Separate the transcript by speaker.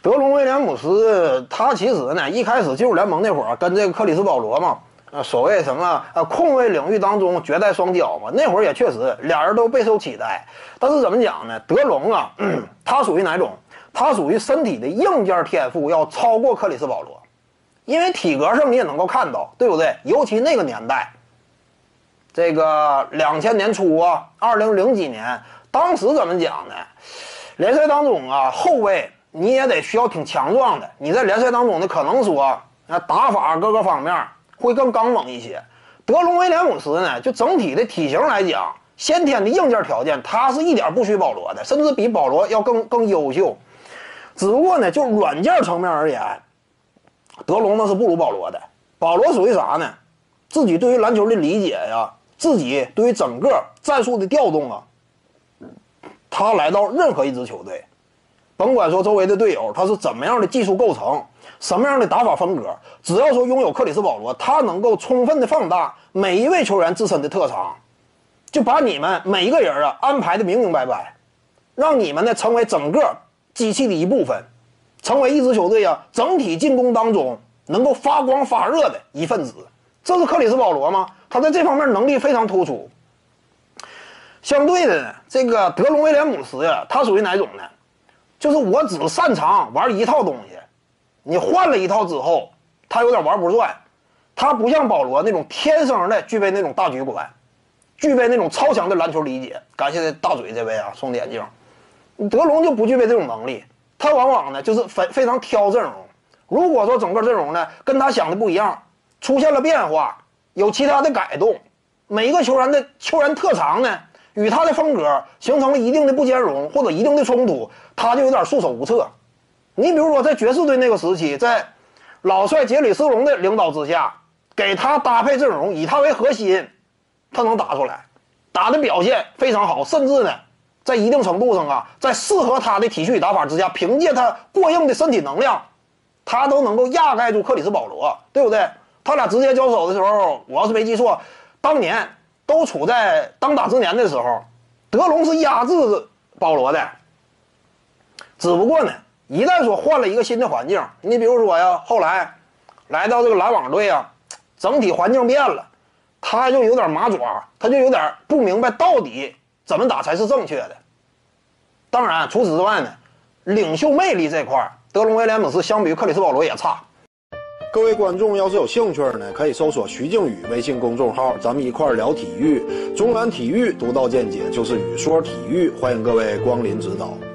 Speaker 1: 德隆威廉姆斯他其实呢一开始进入联盟那会儿跟这个克里斯保罗嘛，所谓什么控卫领域当中绝代双骄嘛，那会儿也确实俩人都备受期待。但是怎么讲呢？德隆啊，他属于哪种？他属于身体的硬件天赋要超过克里斯保罗，因为体格上你也能够看到，对不对？尤其那个年代，这个2000年初啊，2000几年，当时怎么讲呢？联赛当中啊，后卫你也得需要挺强壮的，你在联赛当中呢，可能说打法各个方面会更刚猛一些。德隆威廉姆斯呢，就整体的体型来讲，先天的硬件条件，他是一点不虚保罗的，甚至比保罗要更优秀。只不过呢，就软件层面而言，德隆那是不如保罗的。保罗属于啥呢？自己对于篮球的理解呀，自己对于整个战术的调动啊，他来到任何一支球队，甭管说周围的队友他是怎么样的技术构成，什么样的打法风格，只要说拥有克里斯保罗，他能够充分的放大每一位球员自身的特长，就把你们每一个人啊安排的明明白白，让你们呢成为整个机器的一部分，成为一支球队啊整体进攻当中能够发光发热的一份子。这是克里斯保罗吗？他在这方面能力非常突出。相对的呢，这个德隆威廉姆斯呀，他属于哪种呢？就是我只擅长玩一套东西，你换了一套之后，他有点玩不转。他不像保罗那种天生的具备那种大局观，具备那种超强的篮球理解。感谢大嘴这位啊，送的眼镜。德隆就不具备这种能力，他往往呢就是非常挑阵容。如果说整个阵容呢跟他想的不一样，出现了变化，有其他的改动，每一个球员的球员特长呢与他的风格形成了一定的不兼容或者一定的冲突，他就有点束手无策。你比如说在爵士队那个时期，在老帅杰里斯隆的领导之下，给他搭配阵容，以他为核心，他能打出来，打的表现非常好，甚至呢在一定程度上啊，在适合他的体系与打法之下，凭借他过硬的身体能量，他都能够压盖住克里斯保罗，对不对？他俩直接交手的时候，我要是没记错，当年都处在当打之年的时候，德隆是压制保罗的。只不过呢，一旦说换了一个新的环境，你比如说呀，后来来到这个篮网队啊，整体环境变了，他就有点麻爪，他就有点不明白到底怎么打才是正确的。当然，除此之外呢，领袖魅力这块，德隆威廉姆斯相比于克里斯保罗也差。各位观众要是有兴趣呢，可以搜索徐静宇微信公众号，咱们一块聊体育。中南体育独到见解就是语说体育，欢迎各位光临指导。